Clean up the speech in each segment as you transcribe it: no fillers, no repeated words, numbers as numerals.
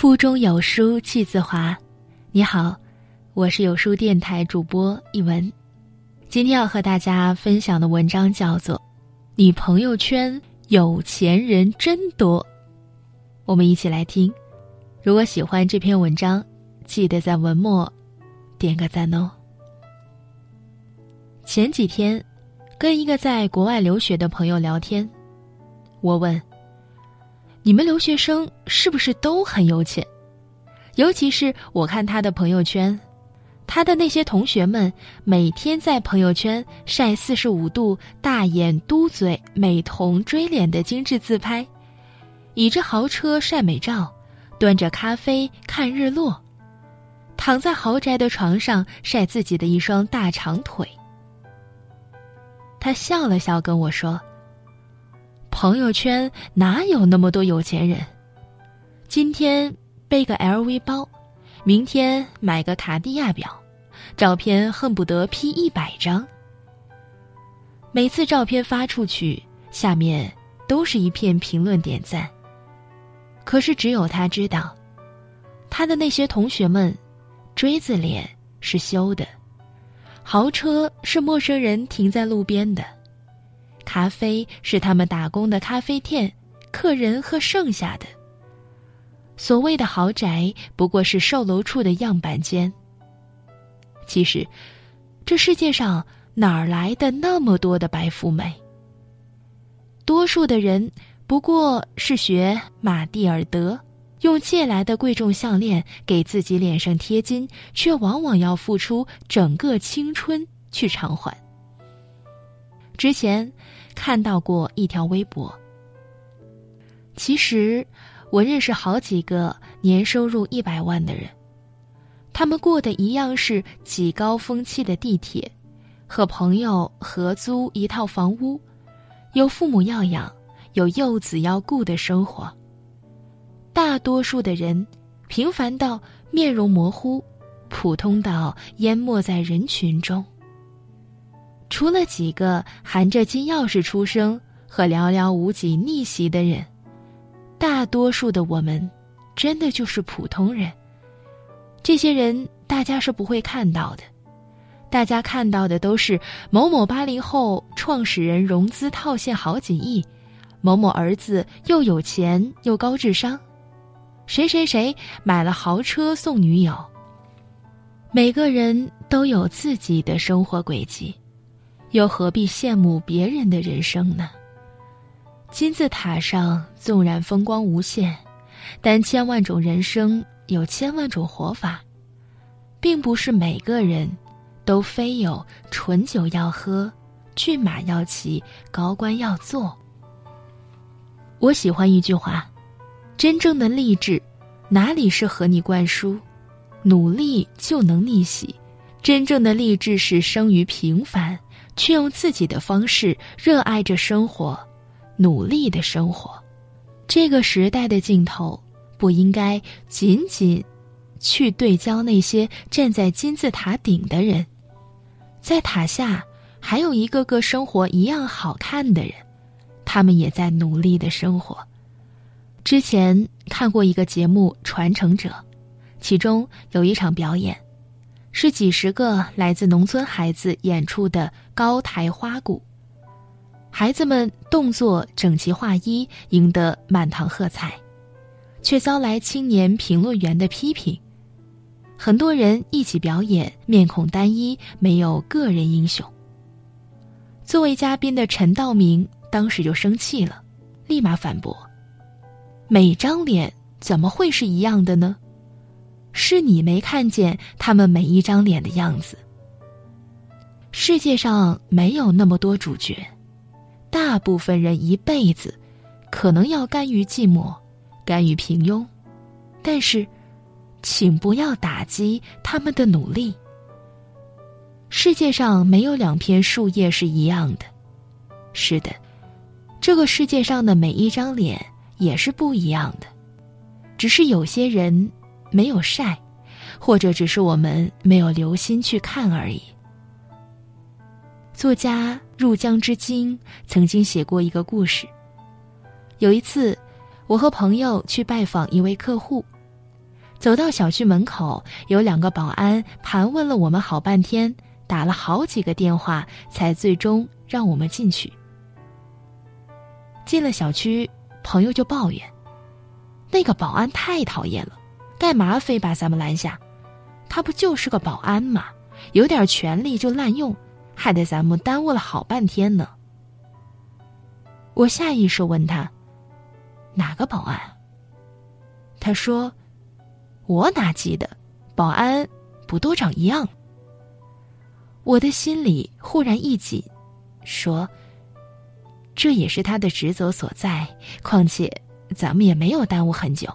腹中有书气自华。你好，我是有书电台主播一文。今天要和大家分享的文章叫做你朋友圈有钱人真多。我们一起来听。如果喜欢这篇文章，记得在文末点个赞哦。前几天跟一个在国外留学的朋友聊天，我问，你们留学生是不是都很有钱？尤其是我看他的朋友圈，他的那些同学们每天在朋友圈晒45度大眼嘟嘴美瞳锥脸的精致自拍，倚着豪车晒美照，端着咖啡看日落，躺在豪宅的床上晒自己的一双大长腿。他笑了笑跟我说，朋友圈哪有那么多有钱人？今天背个 LV 包，明天买个卡地亚表，照片恨不得 P 100张。每次照片发出去，下面都是一片评论点赞。可是只有他知道，他的那些同学们，锥子脸是修的，豪车是陌生人停在路边的，咖啡是他们打工的咖啡店客人喝剩下的，所谓的豪宅不过是售楼处的样板间。其实这世界上哪儿来的那么多的白富美？多数的人不过是学马蒂尔德，用借来的贵重项链给自己脸上贴金，却往往要付出整个青春去偿还。之前看到过一条微博，其实我认识好几个年收入100万的人，他们过的一样是挤高峰期的地铁，和朋友合租一套房屋，有父母要养，有幼子要顾的生活。大多数的人平凡到面容模糊，普通到淹没在人群中。除了几个含着金钥匙出生和寥寥无几逆袭的人，大多数的我们真的就是普通人。这些人大家是不会看到的，大家看到的都是某某80后创始人融资套现好几亿，某某儿子又有钱又高智商，谁谁谁买了豪车送女友。每个人都有自己的生活轨迹，又何必羡慕别人的人生呢？金字塔上纵然风光无限，但千万种人生有千万种活法，并不是每个人都非有醇酒要喝，骏马要骑，高官要做。我喜欢一句话，真正的励志哪里是和你灌输努力就能逆袭，真正的励志是生于平凡，却用自己的方式热爱着生活，努力的生活。这个时代的尽头不应该仅仅去对焦那些站在金字塔顶的人，在塔下还有一个个生活一样好看的人，他们也在努力的生活。之前看过一个节目《传承者》，其中有一场表演是几十个来自农村孩子演出的高台花鼓，孩子们动作整齐划一，赢得满堂喝彩，却遭来青年评论员的批评。很多人一起表演，面孔单一，没有个人英雄。作为嘉宾的陈道明当时就生气了，立马反驳，每张脸怎么会是一样的呢？是你没看见他们每一张脸的样子。世界上没有那么多主角，大部分人一辈子可能要甘于寂寞，甘于平庸，但是请不要打击他们的努力。世界上没有2片树叶是一样的，是的，这个世界上的每一张脸也是不一样的，只是有些人没有晒，或者只是我们没有留心去看而已。作家入江之鲸曾经写过一个故事，有一次我和朋友去拜访一位客户， 走到小区门口，有2个保安盘问了我们好半天，打了好几个电话，才最终让我们进去。进了小区，朋友就抱怨，那个保安太讨厌了，干嘛非把咱们拦下？他不就是个保安吗？有点权力就滥用，害得咱们耽误了好半天呢。我下意识问他，哪个保安？他说，我哪记得，保安不都长一样？我的心里忽然一紧，说，这也是他的职责所在，况且咱们也没有耽误很久。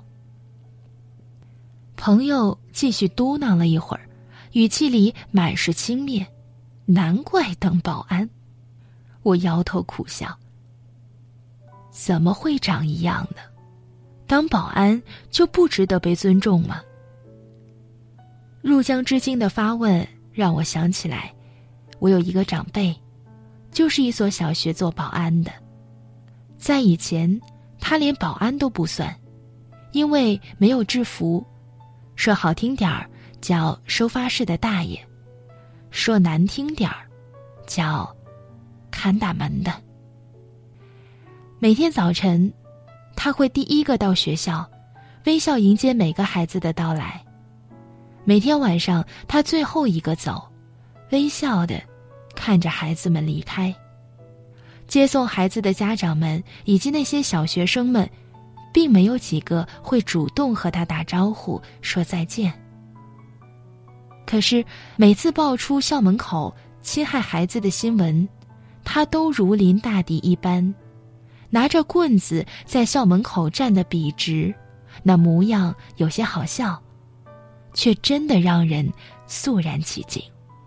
朋友继续嘟囔了一会儿，语气里满是轻蔑，难怪当保安。我摇头苦笑，怎么会长一样呢？当保安就不值得被尊重吗？入江之鲸的发问让我想起来，我有一个长辈，就是一所小学做保安的。在以前，他连保安都不算，因为没有制服，说好听点儿叫收发室的大爷，说难听点儿叫看大门的。每天早晨，他会第一个到学校，微笑迎接每个孩子的到来。每天晚上，他最后一个走，微笑地看着孩子们离开。接送孩子的家长们以及那些小学生们，并没有几个会主动和他打招呼说再见。可是每次爆出校门口侵害孩子的新闻，他都如临大敌一般，拿着棍子在校门口站得笔直，那模样有些好笑，却真的让人肃然起敬。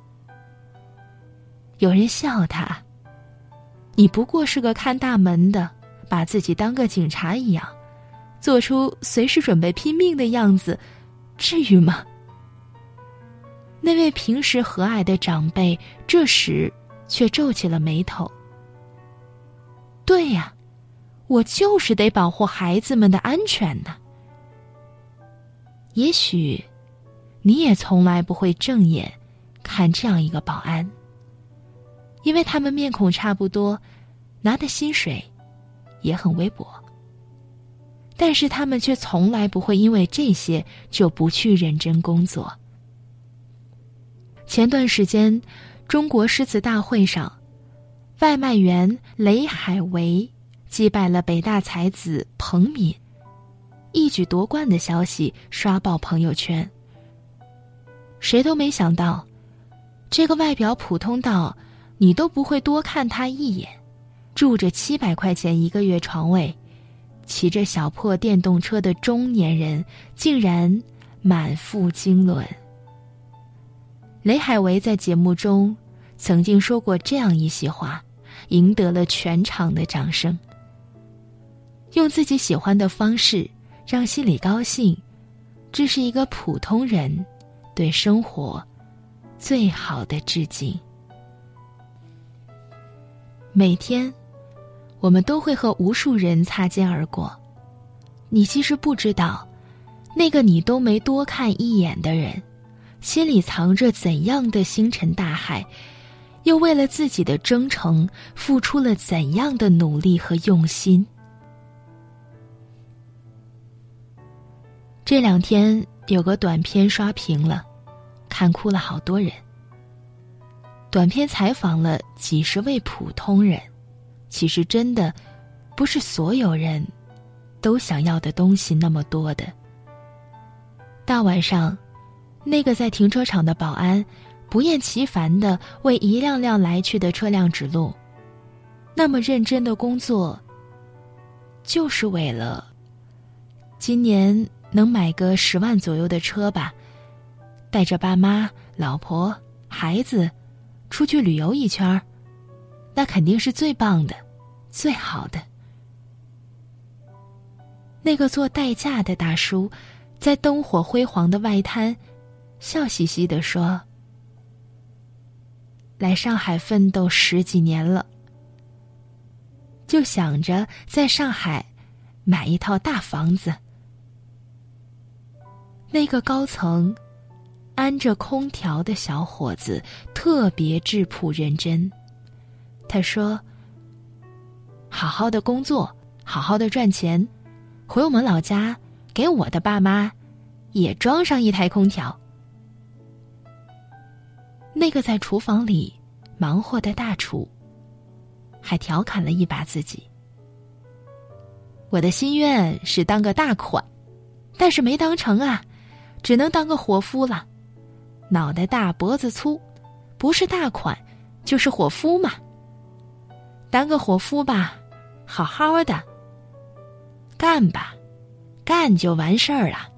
有人笑他，你不过是个看大门的，把自己当个警察一样，做出随时准备拼命的样子，至于吗？那位平时和蔼的长辈这时却皱起了眉头。对呀，我就是得保护孩子们的安全呢。也许你也从来不会正眼看这样一个保安，因为他们面孔差不多，拿的薪水也很微薄，但是他们却从来不会因为这些就不去认真工作。前段时间，中国诗词大会上，外卖员雷海为击败了北大才子彭敏，一举夺冠的消息刷爆朋友圈。谁都没想到，这个外表普通到你都不会多看他一眼，住着700块钱1个月床位，骑着小破电动车的中年人，竟然满腹经纶。雷海为在节目中曾经说过这样一席话，赢得了全场的掌声。用自己喜欢的方式让心里高兴，这是一个普通人对生活最好的致敬。每天我们都会和无数人擦肩而过，你其实不知道，那个你都没多看一眼的人，心里藏着怎样的星辰大海，又为了自己的征程付出了怎样的努力和用心。这2天有个短片刷屏了，看哭了好多人。短片采访了几十位普通人，其实真的不是所有人都想要的东西那么多的。大晚上，那个在停车场的保安不厌其烦地为一辆辆来去的车辆指路，那么认真的工作，就是为了今年能买个10万左右的车吧，带着爸妈、老婆、孩子出去旅游一圈，那肯定是最棒的，最好的。那个做代驾的大叔在灯火辉煌的外滩笑嘻嘻地说，来上海奋斗10几年了，就想着在上海买一套大房子。 那个高层安着空调的小伙子特别质朴认真。他说，好好的工作，好好的赚钱，回我们老家给我的爸妈也装上一台空调。那个在厨房里忙活的大厨还调侃了一把自己，我的心愿是当个大款，但是没当成啊，只能当个伙夫了。脑袋大脖子粗，不是大款就是伙夫嘛。当个伙夫吧，好好的干吧，干就完事儿了。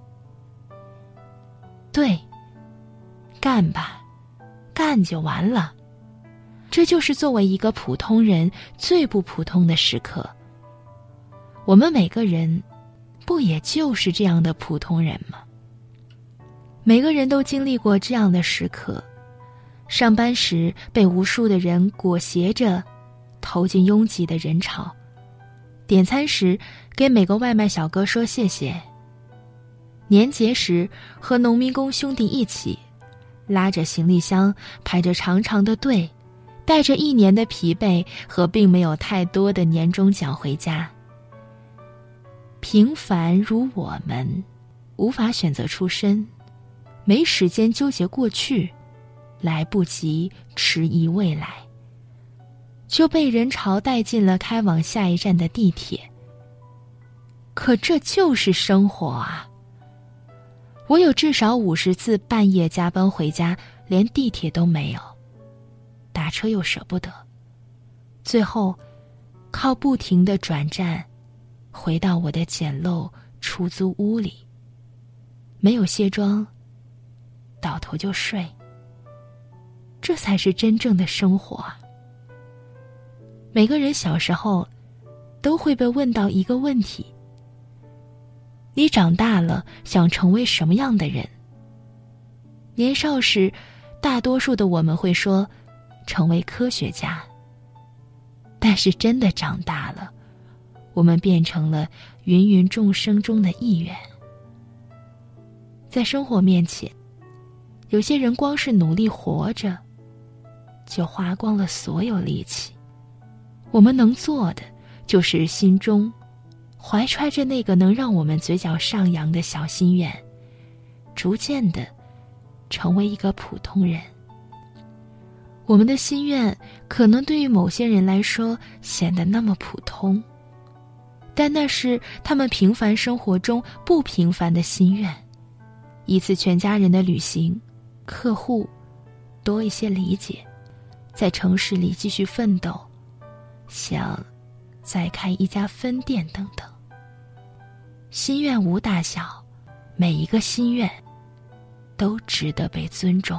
对，干吧，干就完了。这就是作为一个普通人最不普通的时刻。我们每个人不也就是这样的普通人吗？每个人都经历过这样的时刻，上班时被无数的人裹挟着投进拥挤的人潮，点餐时给每个外卖小哥说谢谢，年节时和农民工兄弟一起拉着行李箱排着长长的队，带着一年的疲惫和并没有太多的年终奖回家。平凡如我们，无法选择出身，没时间纠结过去，来不及迟疑未来，就被人潮带进了开往下一站的地铁。可这就是生活啊！我有至少50次半夜加班回家，连地铁都没有，打车又舍不得，最后靠不停的转站回到我的简陋出租屋里，没有卸妆，倒头就睡。这才是真正的生活啊！每个人小时候都会被问到一个问题：你长大了想成为什么样的人？年少时，大多数的我们会说成为科学家，但是真的长大了，我们变成了芸芸众生中的一员。在生活面前，有些人光是努力活着，就花光了所有力气。我们能做的，就是心中怀揣着那个能让我们嘴角上扬的小心愿，逐渐地成为一个普通人。我们的心愿可能对于某些人来说显得那么普通，但那是他们平凡生活中不平凡的心愿。一次全家人的旅行，客户多一些理解，在城市里继续奋斗，想再开一家分店等等。心愿无大小，每一个心愿都值得被尊重。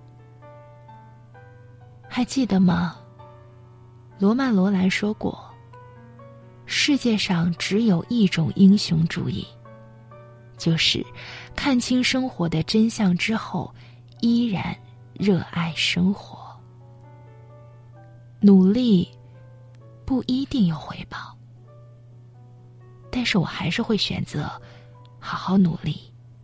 还记得吗？罗曼·罗兰说过，世界上只有一种英雄主义，就是看清生活的真相之后，依然热爱生活。努力不一定有回报，但是我还是会选择好好努力，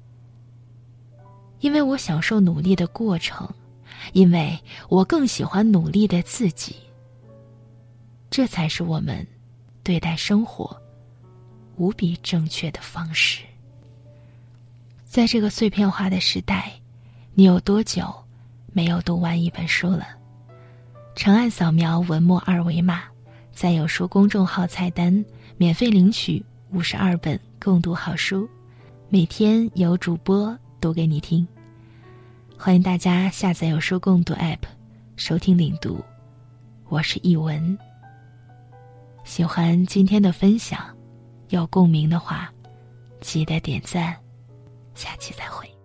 因为我享受努力的过程，因为我更喜欢努力的自己。这才是我们对待生活无比正确的方式。在这个碎片化的时代，你有多久没有读完一本书了？长按扫描文末2维码，在有书公众号菜单免费领取52本共读好书，每天有主播读给你听。欢迎大家下载有书共读 App 收听领读，我是一文。喜欢今天的分享，有共鸣的话记得点赞，下期再会。